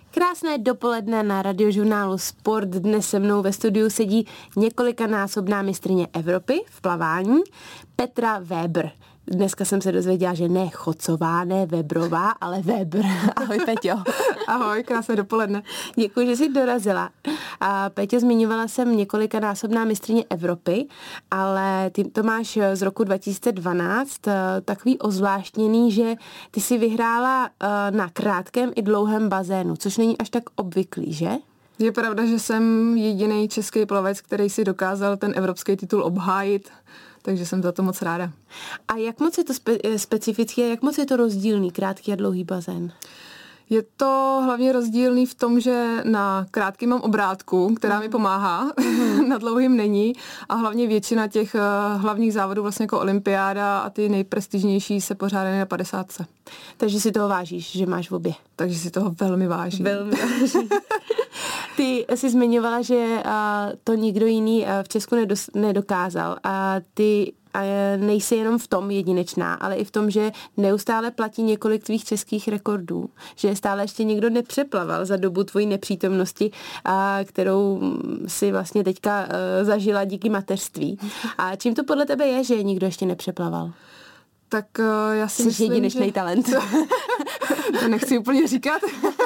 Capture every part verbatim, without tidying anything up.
Krásné dopoledne na radiožurnálu Sport. Dnes se mnou ve studiu sedí několikanásobná mistryně Evropy v plavání Petra Weber. Dneska jsem se dozvěděla, že ne Chocová, ne Webrová, ale Weber. Ahoj, Peťo. Ahoj, krásné dopoledne. Děkuji, že jsi dorazila. A Peťo, zmiňovala jsem několikanásobná mistryně Evropy, ale ty to máš z roku dva tisíce dvanáct takový ozvláštněný, že ty si vyhrála na krátkém i dlouhém bazénu, což není až tak obvyklý, že? Je pravda, že jsem jediný český plavec, který si dokázal ten evropský titul obhájit, takže jsem za to moc ráda. A jak moc je to spe- specifické, jak moc je to rozdílný krátký a dlouhý bazén? Je to hlavně rozdílný v tom, že na krátký mám obrátku, která mm. mi pomáhá, mm. na dlouhým není a hlavně většina těch uh, hlavních závodů, vlastně jako olympiáda a ty nejprestižnější se pořádají na padesátce. Takže si toho vážíš, že máš v obě. Takže si toho velmi vážím. Velmi vážím. Ty jsi zmiňovala, že uh, to nikdo jiný uh, v Česku nedos- nedokázal a ty a nejsi jenom v tom jedinečná, ale i v tom, že neustále platí několik tvých českých rekordů, že stále ještě někdo nepřeplaval za dobu tvojí nepřítomnosti, a kterou si vlastně teďka uh, zažila díky mateřství. A čím to podle tebe je, že nikdo ještě nepřeplaval? Tak uh, já si Jsi myslím, jedinečný že... talent. To nechci úplně říkat.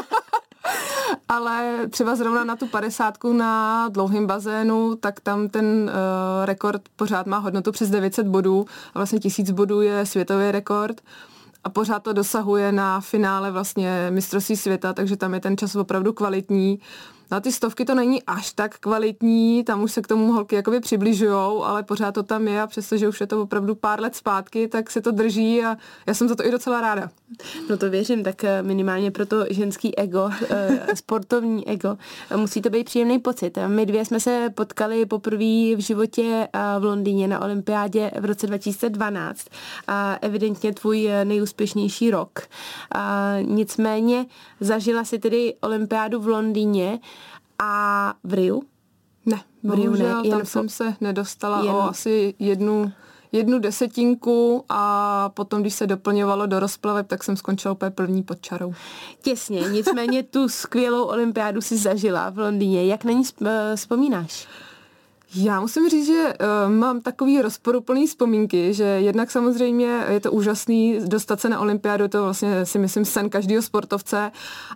Ale třeba zrovna na tu padesátku na dlouhém bazénu, tak tam ten uh, rekord pořád má hodnotu přes devět set bodů a vlastně tisíc bodů je světový rekord a pořád to dosahuje na finále vlastně mistrovství světa, takže tam je ten čas opravdu kvalitní. Na ty stovky to není až tak kvalitní, tam už se k tomu holky jakoby přibližujou, ale pořád to tam je a přestože už je to opravdu pár let zpátky, tak se to drží a já jsem za to i docela ráda. No to věřím, tak minimálně pro to ženský ego, sportovní ego, musí to být příjemný pocit. My dvě jsme se potkali poprvé v životě v Londýně na olympiádě v roce dva tisíce dvanáct a evidentně tvůj nejúspěšnější rok. A nicméně zažila si tedy olympiádu v Londýně a v Riu? Ne, bohužel ne, tam po... jsem se nedostala jen... o asi jednu, jednu desetinku a potom, když se doplňovalo do rozplaveb, tak jsem skončila úplně první pod čarou. Těsně, nicméně tu skvělou olympiádu si zažila v Londýně. Jak na ní vzpomínáš? Já musím říct, že uh, mám takový rozporuplný vzpomínky, že jednak samozřejmě je to úžasný dostat se na olympiádu, to vlastně si myslím sen každého sportovce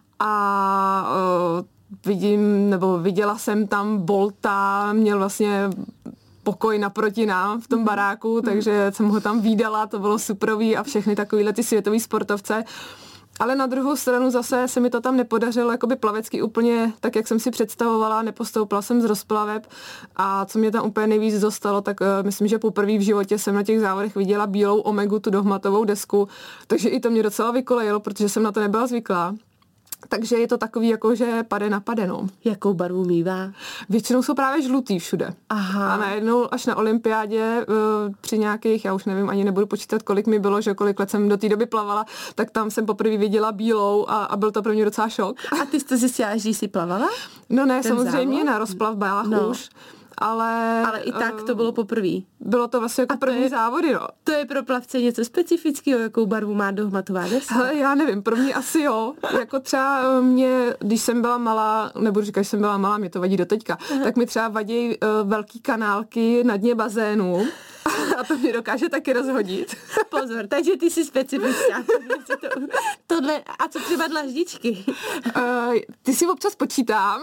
a uh, vidím, nebo viděla jsem tam Bolta, měl vlastně pokoj naproti nám v tom baráku, takže jsem ho tam vídala, to bylo superový a všechny takovýhle ty světový sportovce. Ale na druhou stranu zase se mi to tam nepodařilo jakoby plavecky úplně tak, jak jsem si představovala, nepostoupila jsem z rozplaveb a co mě tam úplně nejvíc dostalo, tak uh, myslím, že poprvé v životě jsem na těch závodech viděla bílou omegu, tu dohmatovou desku, takže i to mě docela vykolejilo, protože jsem na to nebyla zvyklá. Takže je to takový jako, že pade na pade, no. Jakou barvu mívá? Většinou jsou právě žlutý všude. Aha. A najednou až na olympiádě při nějakých, já už nevím, ani nebudu počítat, kolik mi bylo, že kolik let jsem do té doby plavala, tak tam jsem poprvé viděla bílou a, a byl to pro mě docela šok. A ty jsi to zjistila, že jsi plavala? No ne, Ten samozřejmě závod? Na rozplavbách no. už. Ale, ale i tak to bylo poprvé. Bylo to vlastně jako první je, závody, no. To je pro plavce něco specifického, jakou barvu má dohmatová deska? Hele, já nevím, pro mě asi jo. Jako třeba mě, když jsem byla malá, nebudu říkat, že jsem byla malá, mě to vadí doteďka, Aha. tak mi třeba vadí uh, velký kanálky na dně bazénu. A to mě dokáže taky rozhodit. Pozor, takže ty jsi specifická. To, tohle, a co třeba dlaždičky? Uh, ty si občas počítám.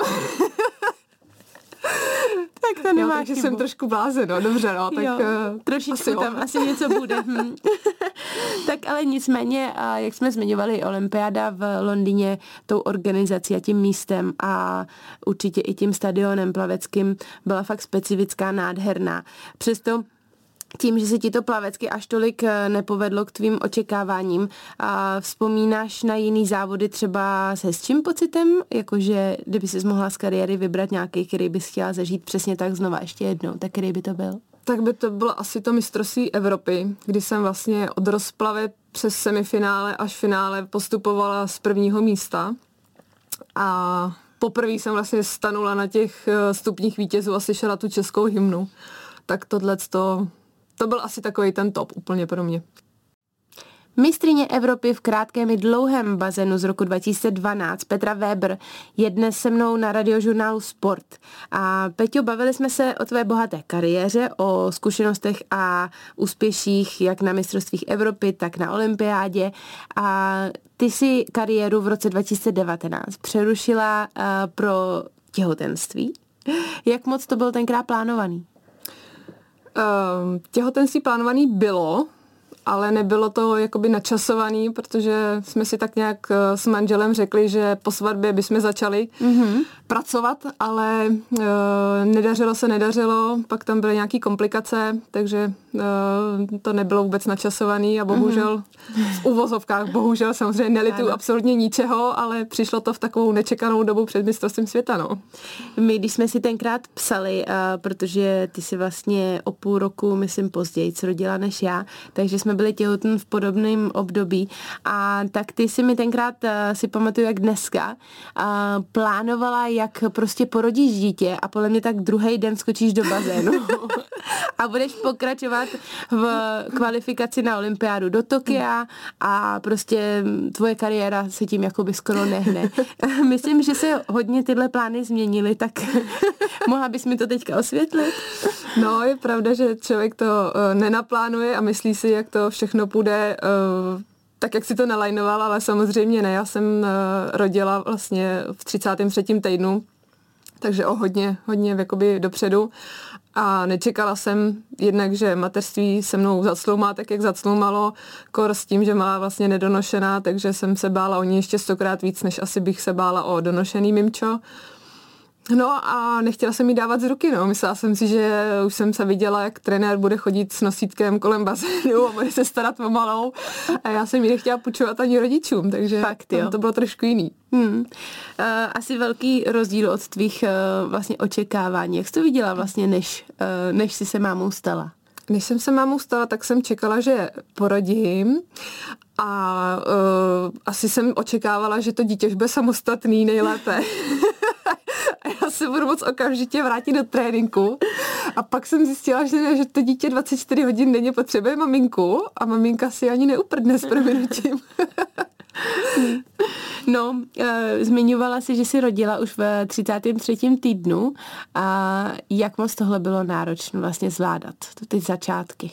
Tak to nemáš. Takže jsem trošku blázen, no, dobře, no, tak jo, trošičku asi tam jo. asi něco bude. Hm. Tak ale nicméně, jak jsme zmiňovali, olympiáda v Londýně tou organizací a tím místem a určitě i tím stadionem plaveckým byla fakt specifická, nádherná. Přesto tím, že se ti to plavecky až tolik nepovedlo k tvým očekáváním, a vzpomínáš na jiný závody třeba se s čím pocitem? Jakože kdyby jsi mohla z kariéry vybrat nějaký, který bys chtěla zažít přesně tak znova ještě jednou, tak který by to byl? Tak by to bylo asi to mistrovství Evropy, kdy jsem vlastně od rozplavy přes semifinále až finále postupovala z prvního místa a poprvé jsem vlastně stanula na těch stupních vítězů a slyšela tu českou hymnu. Tak tohleto, to byl asi takový ten top úplně pro mě. Mistryně Evropy v krátkém i dlouhém bazénu z roku dva tisíce dvanáct, Petra Weber, je dnes se mnou na radiožurnálu Sport. A Peťo, bavili jsme se o tvé bohaté kariéře, o zkušenostech a úspěších jak na mistrovstvích Evropy, tak na olympiádě. A ty si kariéru v roce dva tisíce devatenáct přerušila uh, pro těhotenství. Jak moc to bylo tenkrát plánovaný? Uh, těhotenství plánovaný bylo, ale nebylo to jakoby načasovaný, protože jsme si tak nějak s manželem řekli, že po svatbě bychom začali mm-hmm. pracovat, ale uh, nedařilo se, nedařilo, pak tam byly nějaký komplikace, takže uh, to nebylo vůbec načasovaný a bohužel mm-hmm. v uvozovkách, bohužel samozřejmě nelituju absolutně ničeho, ale přišlo to v takovou nečekanou dobu před mistrovstvím světa, no. My, když jsme si tenkrát psali, uh, protože ty si vlastně o půl roku, myslím, později rodila než já, takže jsme byli těhotní v podobném období a tak ty si mi tenkrát uh, si pamatuju jak dneska uh, plánovala, jak prostě porodíš dítě a podle mě tak druhý den skočíš do bazénu a budeš pokračovat v kvalifikaci na olympiádu do Tokia a prostě tvoje kariéra se tím jakoby skoro nehne. Myslím, že se hodně tyhle plány změnily, tak mohla bys mi to teďka osvětlit? No, je pravda, že člověk to uh, nenaplánuje a myslí si, jak to všechno půjde uh, tak, jak si to nalajnoval, ale samozřejmě ne. Já jsem uh, rodila vlastně v třicátém třetím týdnu, takže o hodně, hodně jakoby dopředu a nečekala jsem jednak, že mateřství se mnou zacloumá tak, jak zacloumalo, kor s tím, že má vlastně nedonošená, takže jsem se bála o ní ještě stokrát víc, než asi bych se bála o donošený mimčo. No a nechtěla jsem jí dávat z ruky, no. Myslela jsem si, že už jsem se viděla, jak trenér bude chodit s nosítkem kolem bazénu a bude se starat o malou a já jsem jí nechtěla půjčovat ani rodičům, takže fakt, jo. to bylo trošku jiný. Hmm. Uh, asi velký rozdíl od tvých uh, vlastně očekávání. Jak jsi to viděla vlastně, než, uh, než jsi se mámou stala? Než jsem se mámou stala, tak jsem čekala, že porodím a uh, asi jsem očekávala, že to dítě už bude samostatný nejlépe. A já se budu moc okamžitě vrátit do tréninku. A pak jsem zjistila, že, ne, že to dítě dvacet čtyři hodin denně potřebuje maminku a maminka si ani neuprdne s prominutím. No, e, zmiňovala si, že jsi rodila už v třicátém třetím týdnu. A jak moc tohle bylo náročné vlastně zvládat, ty začátky?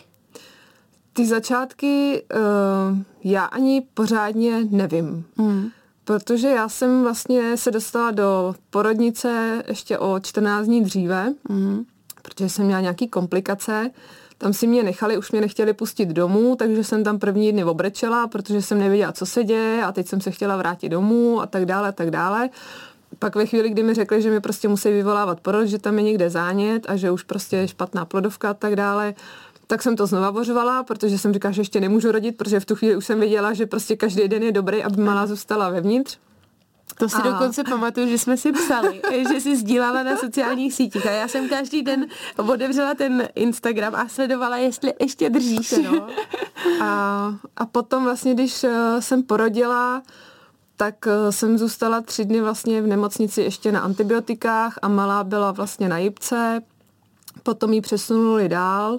Ty začátky uh, já ani pořádně nevím. Mm. Protože já jsem vlastně se dostala do porodnice ještě o čtrnáct dní dříve, mm. protože jsem měla nějaký komplikace. Tam si mě nechali, už mě nechtěli pustit domů, takže jsem tam první dny obrečela, protože jsem nevěděla, co se děje a teď jsem se chtěla vrátit domů a tak dále a tak dále. Pak ve chvíli, kdy mi řekli, že mi prostě musí vyvolávat porod, že tam je někde zánět a že už prostě je špatná plodovka a tak dále, tak jsem to znova bořovala, protože jsem říkala, že ještě nemůžu rodit, protože v tu chvíli už jsem věděla, že prostě každý den je dobrý, aby malá zůstala vevnitř. To si a... dokonce pamatuju, že jsme si psali, že si sdílala na sociálních sítích a já jsem každý den otevřela ten Instagram a sledovala, jestli ještě držíš. No. A, a potom vlastně, když jsem porodila, tak jsem zůstala tři dny vlastně v nemocnici ještě na antibiotikách a malá byla vlastně na jipce, potom ji přesunuli dál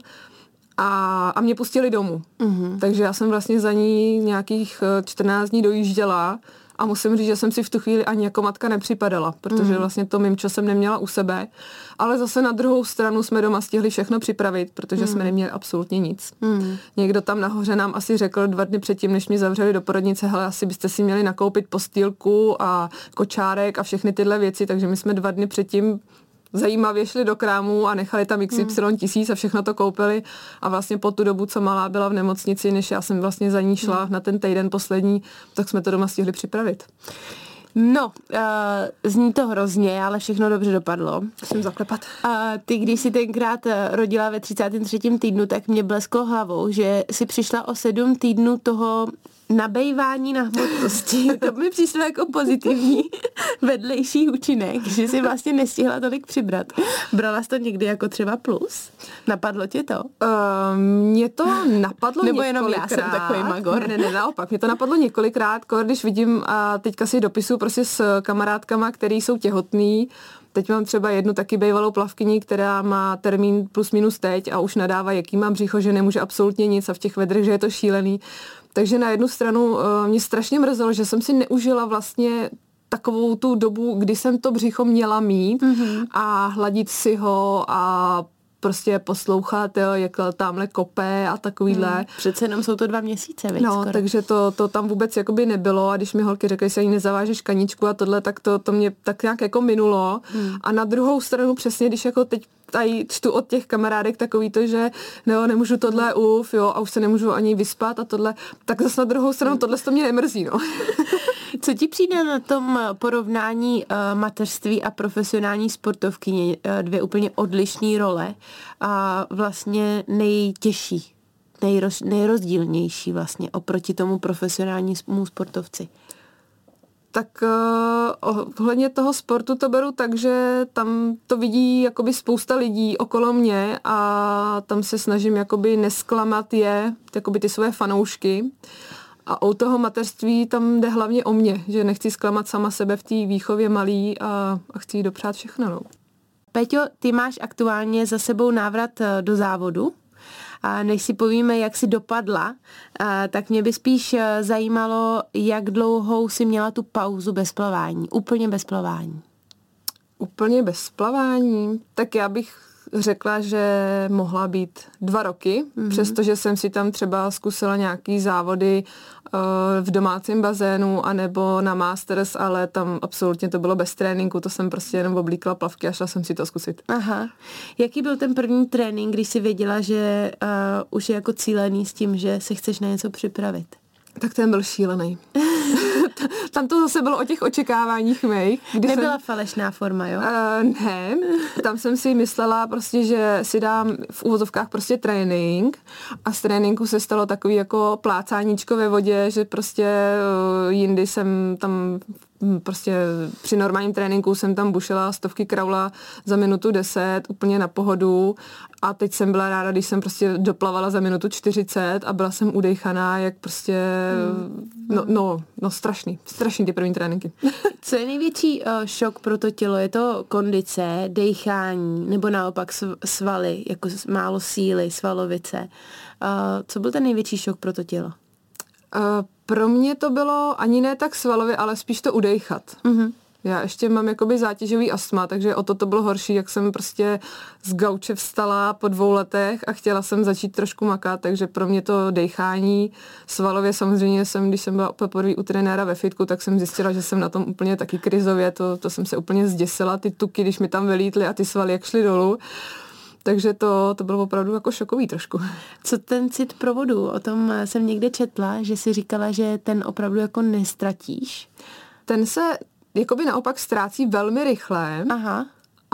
a, a mě pustili domů. Mm-hmm. Takže já jsem vlastně za ní nějakých čtrnáct dní dojížděla a musím říct, že jsem si v tu chvíli ani jako matka nepřipadala, protože vlastně to mimčo jsem neměla u sebe, ale zase na druhou stranu jsme doma stihli všechno připravit, protože mm. jsme neměli absolutně nic. Mm. Někdo tam nahoře nám asi řekl dva dny předtím, než mě zavřeli do porodnice, hele, asi byste si měli nakoupit postýlku a kočárek a všechny tyhle věci, takže my jsme dva dny předtím zajímavě šli do krámu a nechali tam iks ypsilon tisíc a všechno to koupili a vlastně po tu dobu, co malá byla v nemocnici, než já jsem vlastně za ní šla na ten týden poslední, tak jsme to doma stihli připravit. No, uh, zní to hrozně, ale všechno dobře dopadlo. Musím zaklepat. Uh, ty, když jsi tenkrát rodila ve třicátém třetím týdnu, tak mě blesklo hlavou, že jsi přišla o sedm týdnů toho nabejvání na hmotnosti. To mi přišlo jako pozitivní vedlejší účinek, že jsi vlastně nestihla tolik přibrat. Brala jsi to někdy jako třeba plus? Napadlo tě to? Uh, mě to napadlo Nebo několikrát. Nebo jenom já jsem takový magor? Ne, ne, ne, naopak. Mě to napadlo několikrát, když vidím a teďka si dopisuju prostě s kamarádkama, který jsou těhotný. Teď mám třeba jednu taky bývalou plavkyni, která má termín plus minus teď a už nadává, jaký mám břicho, že nemůže absolutně nic a v těch vedrech, že je to šílený. Takže na jednu stranu uh, mě strašně mrzelo, že jsem si neužila vlastně takovou tu dobu, kdy jsem to břicho měla mít mm-hmm. a hladit si ho a prostě poslouchat, jo, jak tamhle kope a takovýhle. Hmm. Přece jenom jsou to dva měsíce, víc No, skoro. takže to, to tam vůbec jakoby nebylo a když mi holky řekly, že ani nezavážeš kaničku a tohle, tak to, to mě tak nějak jako minulo. Hmm. A na druhou stranu přesně, když jako teď tady čtu od těch kamarádek takový to, že no, nemůžu tohle uf, jo, a už se nemůžu ani vyspat a tohle, tak zase na druhou stranu tohle to mě nemrzí, no. Co ti přijde na tom porovnání uh, mateřství a profesionální sportovkyně, uh, dvě úplně odlišné role a vlastně nejtěžší, nejroz, nejrozdílnější vlastně oproti tomu profesionálnímu sportovci? Tak uh, ohledně toho sportu to beru tak, že tam to vidí jakoby spousta lidí okolo mě a tam se snažím jakoby nesklamat je, jakoby ty svoje fanoušky. A u toho mateřství tam jde hlavně o mě, že nechci zklamat sama sebe v té výchově malý a, a chci jí dopřát všechno. No. Péťo, ty máš aktuálně za sebou návrat do závodu. A než si povíme, jak jsi dopadla, a tak mě by spíš zajímalo, jak dlouhou jsi měla tu pauzu bez plavání. Úplně bez plavání. Úplně bez plavání? Tak já bych řekla, že mohla být dva roky, mm-hmm. přestože jsem si tam třeba zkusila nějaký závody uh, v domácím bazénu anebo na Masters, ale tam absolutně to bylo bez tréninku, to jsem prostě jenom oblíkla plavky a šla jsem si to zkusit. Aha. Jaký byl ten první trénink, když jsi věděla, že uh, už je jako cílený s tím, že se chceš na něco připravit? Tak ten byl šílený. Tam to zase bylo o těch očekáváních mých. Nebyla jsem... falešná forma, jo? Uh, ne, tam jsem si myslela prostě, že si dám v uvozovkách prostě trénink a z tréninku se stalo takový jako plácáníčko ve vodě, že prostě uh, jindy jsem tam prostě při normálním tréninku jsem tam bušila stovky kraula za minutu deset, úplně na pohodu a teď jsem byla ráda, když jsem prostě doplavala za minutu čtyřicet a byla jsem udejchaná, jak prostě hmm. no, no, no strašný, strašný ty první tréninky. Co je největší uh, šok pro to tělo? Je to kondice, dejchání nebo naopak svaly, jako málo síly, svalovice? Uh, co byl ten největší šok pro to tělo? Uh, pro mě to bylo ani ne tak svalově, ale spíš to udejchat. Mm-hmm. Já ještě mám jakoby zátěžový astma, takže o to to bylo horší, jak jsem prostě z gauče vstala po dvou letech a chtěla jsem začít trošku makat, takže pro mě to dejchání svalově samozřejmě jsem, když jsem byla poprvé u trenéra ve fitku, tak jsem zjistila, že jsem na tom úplně taky krizově, to, to jsem se úplně zděsila, ty tuky, když mi tam vylítly a ty svaly jak šly dolů. Takže to, to bylo opravdu jako šokový trošku. Co ten cit pro vodu? O tom jsem někde četla, že si říkala, že ten opravdu jako nestratíš. Ten se jakoby naopak ztrácí velmi rychle. Aha.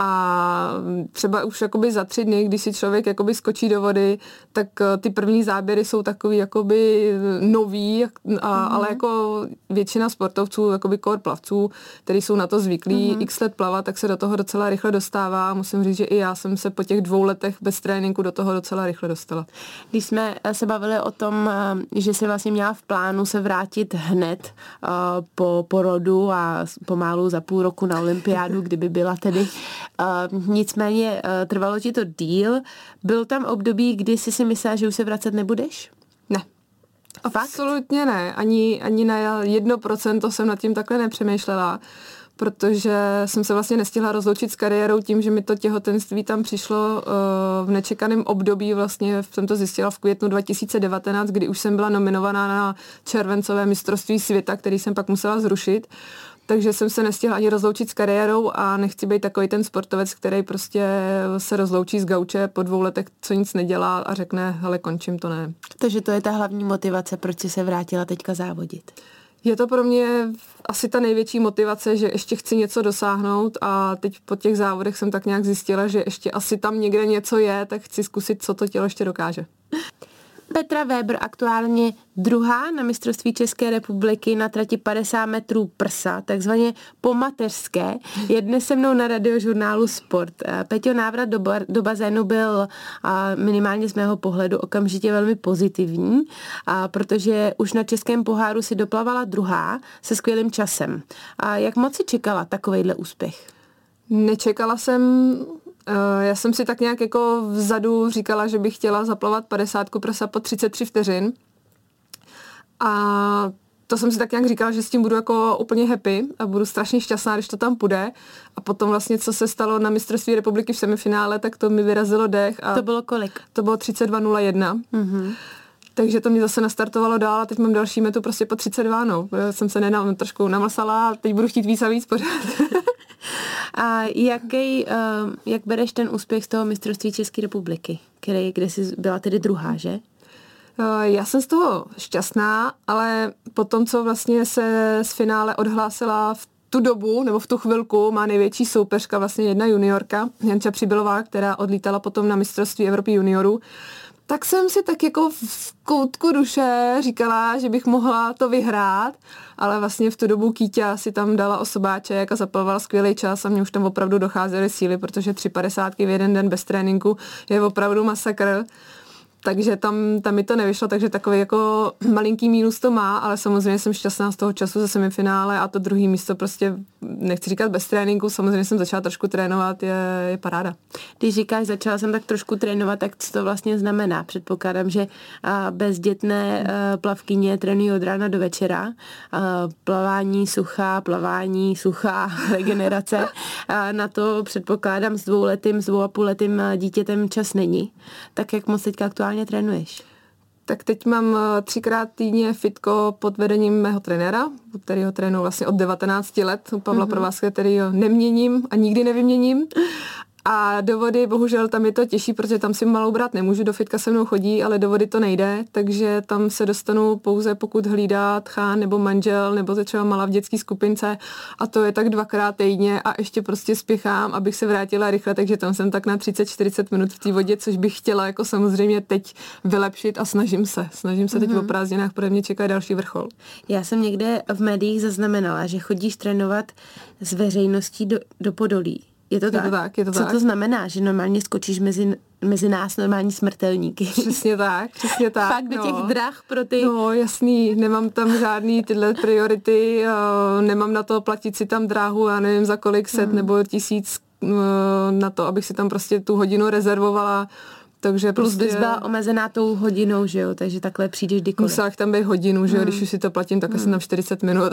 A třeba už jakoby za tři dny, když si člověk jakoby skočí do vody, tak ty první záběry jsou takový jakoby nový, a, mm. ale jako většina sportovců, jakoby core plavců, kteří jsou na to zvyklí mm. x let plavat, tak se do toho docela rychle dostává. Musím říct, že i já jsem se po těch dvou letech bez tréninku do toho docela rychle dostala. Když jsme se bavili o tom, že jsi vlastně měla v plánu se vrátit hned uh, po porodu a pomalu za půl roku na olympiádu, kdyby byla tedy. Uh, nicméně uh, trvalo ti to díl. Byl tam období, kdy jsi si myslela, že už se vracet nebudeš? Ne. Fakt? Absolutně ne. Ani, ani na jedno procento jsem nad tím takhle nepřemýšlela, protože jsem se vlastně nestihla rozloučit s kariérou tím, že mi to těhotenství tam přišlo uh, v nečekaném období. Vlastně jsem to zjistila v květnu dva tisíce devatenáct, kdy už jsem byla nominovaná na červencové mistrovství světa, který jsem pak musela zrušit. Takže jsem se nestihla ani rozloučit s kariérou a nechci být takový ten sportovec, který prostě se rozloučí z gauče po dvou letech, co nic nedělá a řekne, hele, končím, to ne. Takže to je ta hlavní motivace, proč jsi se vrátila teďka závodit? Je to pro mě asi ta největší motivace, že ještě chci něco dosáhnout a teď po těch závodech jsem tak nějak zjistila, že ještě asi tam někde něco je, tak chci zkusit, co to tělo ještě dokáže. Petra Weber aktuálně druhá na mistrovství České republiky na trati padesát metrů prsa, takzvaně po mateřské. Je dnes se mnou na radiožurnálu Sport. Peťo, návrat do, bar, do bazénu byl minimálně z mého pohledu okamžitě velmi pozitivní, protože už na českém poháru si doplavala druhá se skvělým časem. A jak moc si čekala takovejhle úspěch? Nečekala jsem. Já jsem si tak nějak jako vzadu říkala, že bych chtěla zaplavat padesátku prsa po třicet tři vteřin. A to jsem si tak nějak říkala, že s tím budu jako úplně happy a budu strašně šťastná, když to tam půjde. A potom vlastně, co se stalo na mistrovství republiky v semifinále, tak to mi vyrazilo dech. A to bylo kolik? To bylo třicet dva nula jedna. Mm-hmm. Takže to mě zase nastartovalo dál a teď mám další metu prostě po třicet dva, no. Já jsem se nenam, trošku namlsala a teď budu chtít víc a víc pořád. A jaký, jak bereš ten úspěch z toho mistrovství České republiky, který, kde jsi byla tedy druhá, že? Já jsem z toho šťastná, ale po tom, co vlastně se z finále odhlásila v tu dobu, nebo v tu chvilku, má největší soupeřka, vlastně jedna juniorka, Janča Přibylová, která odlítala potom na mistrovství Evropy juniorů, tak jsem si tak jako v koutku duše říkala, že bych mohla to vyhrát, ale vlastně v tu dobu Kýťa si tam dala osobáček a zaplavovala skvělý čas a mě už tam opravdu docházely síly, protože tři padesátky v jeden den bez tréninku je opravdu masakr. Takže tam, tam mi to nevyšlo, takže takový jako malinký mínus to má, ale samozřejmě jsem šťastná z toho času ze semifinále a to druhý místo prostě, nechci říkat bez tréninku, samozřejmě jsem začala trošku trénovat, je, je paráda. Když říkáš, začala jsem tak trošku trénovat, tak co to vlastně znamená? Předpokládám, že bezdětné plavkyně trénují od rána do večera, plavání suchá, plavání suchá, regenerace. Na to předpokládám s dvouletým, s dvou a půl letým dítětem čas není. Tak jak moc teďka aktuálně trénuješ? Tak teď mám třikrát týdně fitko pod vedením mého trenéra, kterýho trénuji vlastně od devatenácti let, u Pavla mm-hmm. Provázka, kterýho neměním a nikdy nevyměním. A do vody, bohužel tam je to těžší, protože tam si malou brát nemůžu, do fitka se mnou chodí, ale do vody to nejde, takže tam se dostanu pouze pokud hlídá tchán nebo manžel, nebo to třeba malá v dětské skupince a to je tak dvakrát týdně a ještě prostě spěchám, abych se vrátila rychle, takže tam jsem tak na třicet čtyřicet minut v té vodě, což bych chtěla jako samozřejmě teď vylepšit a snažím se. Snažím se teď mm-hmm. o prázdninách, protože mě čeká další vrchol. Já jsem někde v médiích zaznamenala, že chodíš trénovat s veřejností do, do Podolí. Je to, je tak? to tak? Je to Co tak? to znamená, že normálně skočíš mezi, mezi nás normální smrtelníky? Přesně tak, přesně tak. Fakt do no. těch drah pro ty... No jasný, nemám tam žádný tyhle priority, uh, nemám na to platit si tam dráhu, já nevím za kolik set hmm. nebo tisíc uh, na to, abych si tam prostě tu hodinu rezervovala. Takže plus prostě... bys byla omezená tou hodinou, že jo, takže takhle přijdeš kdykoliv. Musela tam být hodinu, že jo, hmm. když už si to platím, tak hmm. asi tam čtyřicet minut.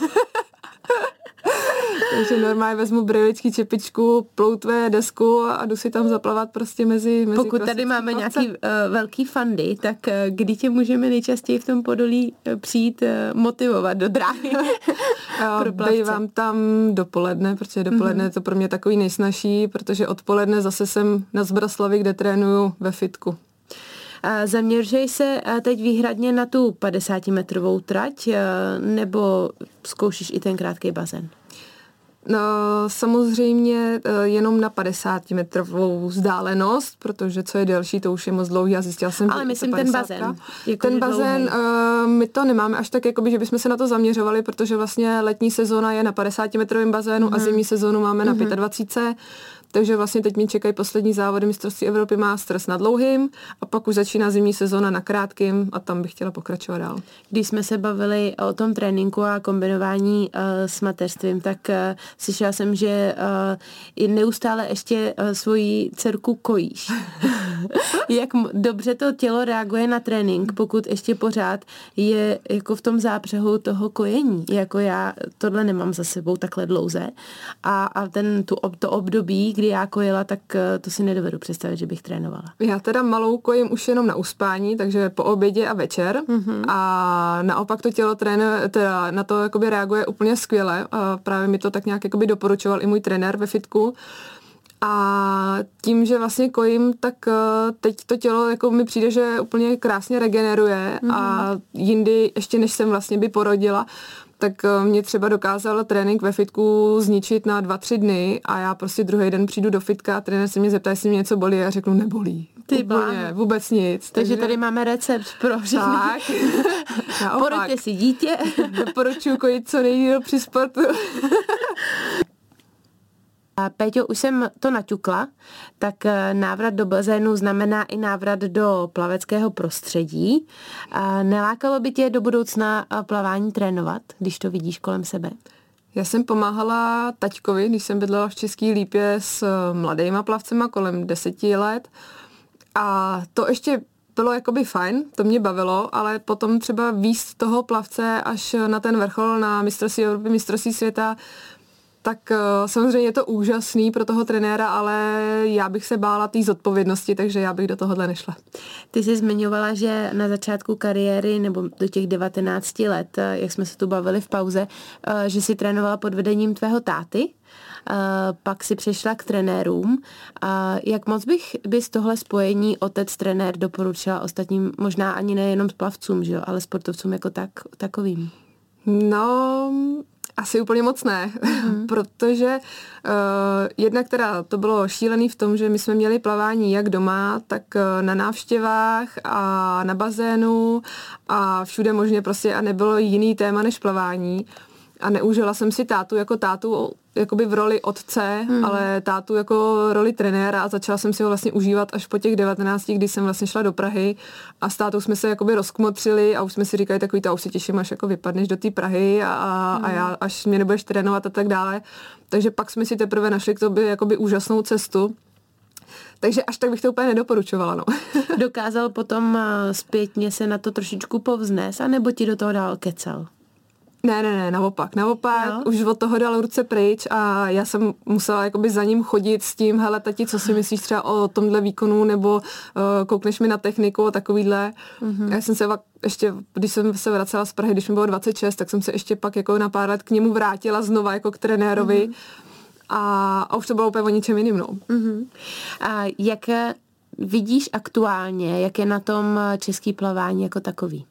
Takže normálně vezmu briličky, čepičku, ploutve, desku a jdu si tam zaplavat prostě mezi... mezi Pokud tady máme nějaký uh, velký fandy, tak uh, kdy tě můžeme nejčastěji v tom Podolí uh, přijít uh, motivovat do dráhy? Bývám tam dopoledne, protože dopoledne mm-hmm. je to pro mě takový nejsnažší, protože odpoledne zase jsem na Zbraslavi, kde trénuju ve fitku. Zaměřuj se teď výhradně na tu padesátimetrovou trať, nebo zkoušíš i ten krátký bazén? No, samozřejmě jenom na padesátimetrovou vzdálenost, protože co je delší, to už je moc dlouhý. Já zjistila jsem, ale myslím ten bazén. Jako ten bazén, uh, my to nemáme až tak, jakoby, že bychom se na to zaměřovali, protože vlastně letní sezóna je na padesátimetrovém bazénu mm. a zimní sezónu máme mm-hmm. na dvacet pět. Takže vlastně teď mě čekají poslední závody mistrovství Evropy Masters na dlouhým a pak už začíná zimní sezóna na krátkým a tam bych chtěla pokračovat dál. Když jsme se bavili o tom tréninku a kombinování uh, s mateřstvím, tak uh, slyšela jsem, že uh, neustále ještě uh, svoji dcerku kojíš. Jak dobře to tělo reaguje na trénink, pokud ještě pořád je jako v tom zápřehu toho kojení. Jako já tohle nemám za sebou takhle dlouze a, a ten, tu, to období, kdy já kojila, tak to si nedovedu představit, že bych trénovala. Já teda malou kojím už jenom na uspání, takže po obědě a večer mm-hmm. a naopak to tělo trénuje, teda na to jakoby reaguje úplně skvěle a právě mi to tak nějak jakoby doporučoval i můj trenér ve fitku. A tím, že vlastně kojím, tak teď to tělo jako mi přijde, že úplně krásně regeneruje mm-hmm. a jindy, ještě než jsem vlastně by porodila, tak mě třeba dokázal trénink ve fitku zničit na dva, tři dny a já prostě druhý den přijdu do fitka a trenér se mě zeptá, jestli mě něco bolí a já řeknu nebolí. Ty úplně, vůbec nic. Takže, takže tady máme recept pro všechny. Tak. Poroďte si dítě. Doporučuji kojit co nejdýl při sportu. A Péťo, už jsem to naťukla, tak návrat do bazénu znamená i návrat do plaveckého prostředí. A nelákalo by tě do budoucna plavání trénovat, když to vidíš kolem sebe? Já jsem pomáhala taťkovi, když jsem bydlela v České Lípě s mladýma plavcema kolem deseti let. A to ještě bylo jakoby fajn, to mě bavilo, ale potom třeba víc toho plavce až na ten vrchol, na mistrovství Evropy, mistrovství světa, tak uh, samozřejmě je to úžasný pro toho trenéra, ale já bych se bála té zodpovědnosti, takže já bych do tohohle nešla. Ty jsi zmiňovala, že na začátku kariéry nebo do těch devatenácti let, jak jsme se tu bavili v pauze, uh, že jsi trénovala pod vedením tvého táty, uh, pak si přešla k trenérům. Uh, jak moc bych bys tohle spojení otec-trenér doporučila ostatním, možná ani nejenom plavcům, že jo, ale sportovcům jako tak, takovým? No... Asi úplně moc ne, mm. protože uh, jednak teda to bylo šílený v tom, že my jsme měli plavání jak doma, tak uh, na návštěvách a na bazénu a všude možně prostě a nebylo jiný téma než plavání. A neužila jsem si tátu jako tátu jakoby v roli otce, hmm. ale tátu jako roli trenéra a začala jsem si ho vlastně užívat až po těch devatenácti, kdy jsem vlastně šla do Prahy a s tátou jsme se jakoby rozkmotřili a už jsme si říkali takový, to už se těším, až jako vypadneš do té Prahy a, hmm. a já, až mě nebudeš trénovat a tak dále. Takže pak jsme si teprve našli k tobě jakoby úžasnou cestu. Takže až tak bych to úplně nedoporučovala, no. Dokázal potom zpětně se na to trošičku povznést, anebo ti do toho dál kecal? Ne, ne, ne, naopak, naopak, jo? Už od toho dal ruce pryč a já jsem musela jakoby za ním chodit s tím, hele tati, co si myslíš třeba o tomhle výkonu, nebo uh, koukneš mi na techniku a takovýhle. Mm-hmm. Já jsem se ještě, když jsem se vracela z Prahy, když mi bylo dvacet šest, tak jsem se ještě pak jako na pár let k němu vrátila znova jako k trenérovi mm-hmm. a, a už to bylo úplně o ničem jiným, no. Mm-hmm. A jak vidíš aktuálně, jak je na tom český plavání jako takový?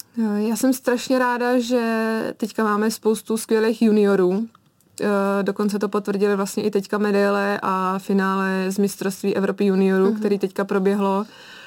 Já jsem strašně ráda, že teďka máme spoustu skvělých juniorů. Dokonce to potvrdili vlastně i teďka medaile a finále z mistrovství Evropy juniorů, mm-hmm. který teďka proběhlo.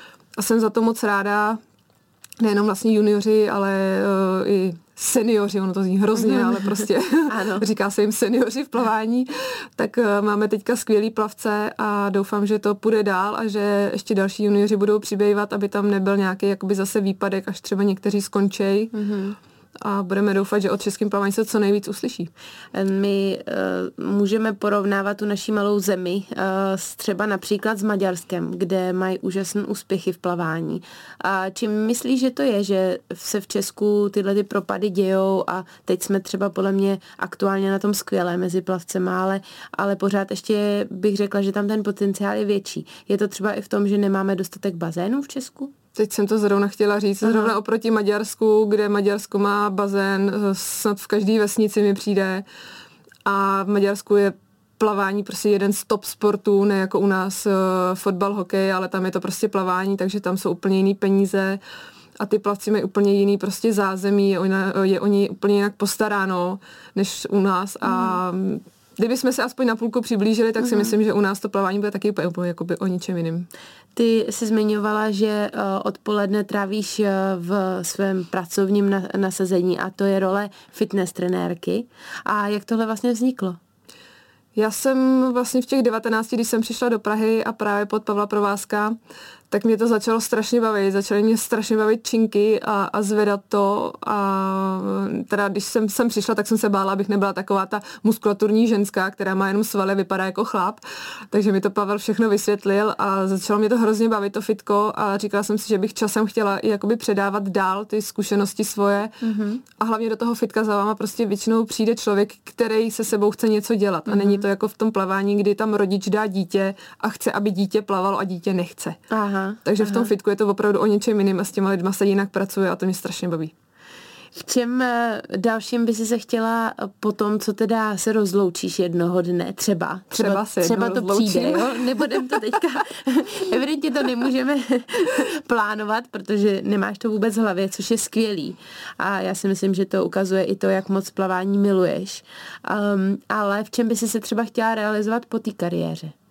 A jsem za to moc ráda. Nejenom vlastně junioři, ale uh, i seniori, ono to zní hrozně, ale prostě říká se jim seniori v plavání, tak uh, máme teďka skvělý plavce a doufám, že to půjde dál a že ještě další junioři budou přibývat, aby tam nebyl nějaký jakoby zase výpadek, až třeba někteří skončí. Mm-hmm. A budeme doufat, že o českém plavání se co nejvíc uslyší. My uh, můžeme porovnávat tu naší malou zemi uh, s třeba například s Maďarskem, kde mají úžasné úspěchy v plavání. A čím myslíš, že to je, že se v Česku tyhle ty propady dějou a teď jsme třeba podle mě aktuálně na tom skvělé mezi plavcema, ale, ale pořád ještě bych řekla, že tam ten potenciál je větší. Je to třeba i v tom, že nemáme dostatek bazénů v Česku? Teď jsem to zrovna chtěla říct, Aha. zrovna oproti Maďarsku, kde Maďarsko má bazén, snad v každé vesnici mi přijde a v Maďarsku je plavání prostě jeden z top sportů, ne jako u nás uh, fotbal, hokej, ale tam je to prostě plavání, takže tam jsou úplně jiný peníze a ty plavci mají úplně jiný prostě zázemí, je, ona, je o ní úplně jinak postaráno než u nás a mm. kdyby jsme se aspoň na půlku přiblížili, tak si mm. myslím, že u nás to plavání bude taky úplně jakoby o ničem jiným. Ty jsi zmiňovala, že odpoledne trávíš v svém pracovním nasazení a to je role fitness trenérky. A jak tohle vlastně vzniklo? Já jsem vlastně v těch devatenácti, když jsem přišla do Prahy a právě pod Pavla Provázka, tak mě to začalo strašně bavit. Začaly mě strašně bavit činky a, a zvedat to. A teda když jsem sem přišla, tak jsem se bála, abych nebyla taková ta muskulaturní ženská, která má jenom svaly, vypadá jako chlap. Takže mi to Pavel všechno vysvětlil a začalo mě to hrozně bavit, to fitko. A říkala jsem si, že bych časem chtěla i jakoby předávat dál ty zkušenosti svoje. Mm-hmm. A hlavně do toho fitka za váma prostě většinou přijde člověk, který se sebou chce něco dělat. Mm-hmm. A není to jako v tom plavání, kdy tam rodič dá dítě a chce, aby dítě plavalo a dítě nechce. Aha. Takže Aha. v tom fitku je to opravdu o něčem jiným a s těma lidma se jinak pracuje a to mě strašně baví. V čem dalším by si se chtěla po tom, co teda se rozloučíš jednoho dne, třeba? Třeba, třeba se Třeba to rozloučím. Přijde, jo? Nebudem to teďka, evidentně to nemůžeme plánovat, protože nemáš to vůbec v hlavě, což je skvělý. A já si myslím, že to ukazuje i to, jak moc plavání miluješ. Um, ale v čem by si se třeba chtěla realizovat po té kariéře?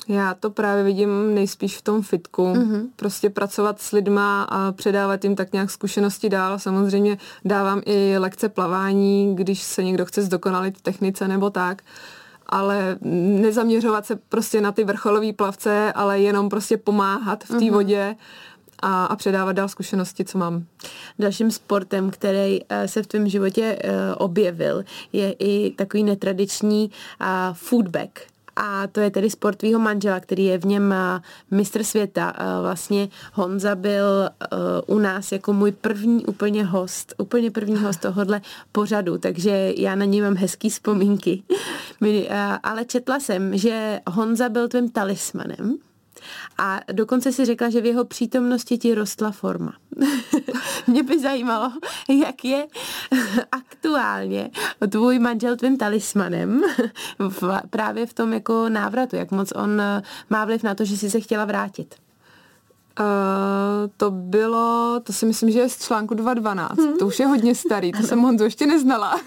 Já to právě vidím nejspíš v tom fitku. Mm-hmm. Prostě pracovat s lidma a předávat jim tak nějak zkušenosti dál. Samozřejmě dávám i lekce plavání, když se někdo chce zdokonalit v technice nebo tak. Ale nezaměřovat se prostě na ty vrcholové plavce, ale jenom prostě pomáhat v té mm-hmm. vodě a, a předávat dál zkušenosti, co mám. Dalším sportem, který se v tvém životě objevil, je i takový netradiční footbag. A to je tedy sport tvýho manžela, který je v něm mistr světa. Vlastně Honza byl u nás jako můj první úplně host, úplně první host tohohle pořadu, takže já na něj mám hezký vzpomínky. Ale četla jsem, že Honza byl tvým talismanem. A dokonce si řekla, že v jeho přítomnosti ti rostla forma. Mě by zajímalo, jak je aktuálně tvůj manžel tvým talismanem v, právě v tom jako návratu, jak moc on má vliv na to, že jsi se chtěla vrátit. Uh, to bylo, to si myslím, že je z článku dva dvanáct. Hmm. To už je hodně starý, to ano. jsem Honzu ještě neznala.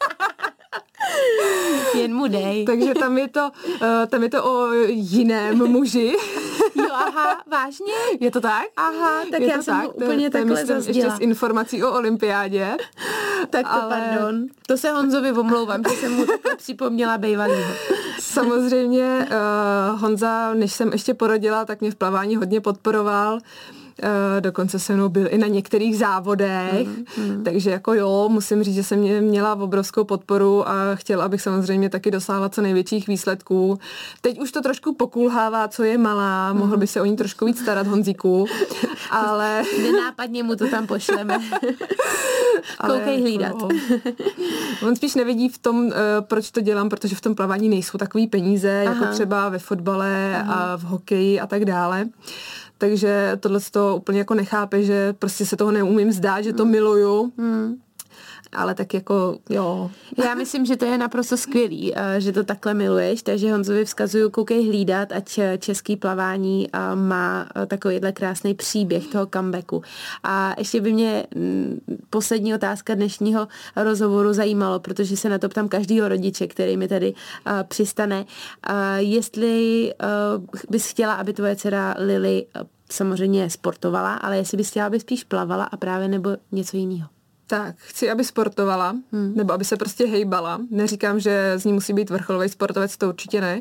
Jen mu dej. Takže tam je to, uh, tam je to o jiném muži. Jo, aha, vážně? Je to tak? Aha, tak je já to jsem tak? to úplně to, takhle to zazděla. Ještě z informací o olympiádě. Tak to ale... pardon. To se Honzovi omlouvám, že jsem mu takhle připomněla bejvalýho. Samozřejmě uh, Honza, než jsem ještě porodila, tak mě v plavání hodně podporoval. Uh, dokonce se mnou byl i na některých závodech, mm, mm. takže jako jo, musím říct, že jsem mě, měla obrovskou podporu a chtěla, abych samozřejmě taky dosáhla co největších výsledků. Teď už to trošku pokulhává, co je malá, mm. mohl by se o ní trošku víc starat, Honzíku, ale... Nenápadně mu to tam pošleme. Koukej hlídat. Jako, on spíš nevidí v tom, uh, proč to dělám, protože v tom plavání nejsou takový peníze, Aha. jako třeba ve fotbale Aha. a v hokeji a tak dále. Takže tohle to úplně jako nechápe, že prostě se toho neumím zdát, že to miluju. Hmm. Ale tak jako, jo. Já myslím, že to je naprosto skvělý, že to takhle miluješ, takže Honzovi vzkazuju, koukej hlídat, ať český plavání má takovýhle krásný příběh toho comebacku. A ještě by mě poslední otázka dnešního rozhovoru zajímalo, protože se na to ptám každýho rodiče, který mi tady přistane. Jestli bys chtěla, aby tvoje dcera Lily samozřejmě sportovala, ale jestli bys chtěla, aby spíš plavala a právě nebo něco jiného. Tak, chci, aby sportovala, hmm. nebo aby se prostě hejbala. Neříkám, že z ní musí být vrcholový sportovec, to určitě ne.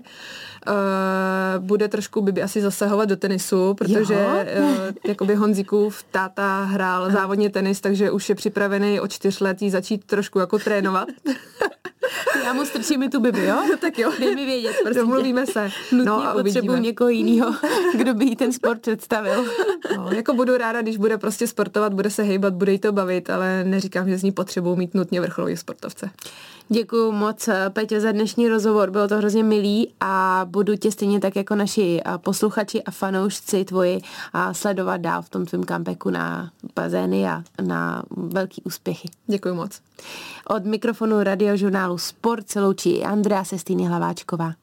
Uh, bude trošku Bibi asi zasahovat do tenisu, protože uh, jakoby Honzíkův táta hrál závodně tenis, takže už je připravený od čtyř let jí začít trošku jako trénovat. Já mu strčím i tu Bibi, jo? Tak jo. Dej mi vědět, prostě. Domluvíme se. Nutně no a potřebuji někoho jiného, kdo by jí ten sport představil. No, jako budu ráda, když bude prostě sportovat, bude se hejbat, bude jí to bavit, ale neříkám, že z ní potřebuji mít nutně vrcholový sportovce. Děkuju moc, Peťo, za dnešní rozhovor. Bylo to hrozně milý a budu tě stejně tak jako naši posluchači a fanoušci tvoji sledovat dál v tom tvém comebacku na bazény a na velký úspěchy. Děkuju moc. Od mikrofonu radiožurnálu Sport se loučí Andrea Sestýny Hlaváčková.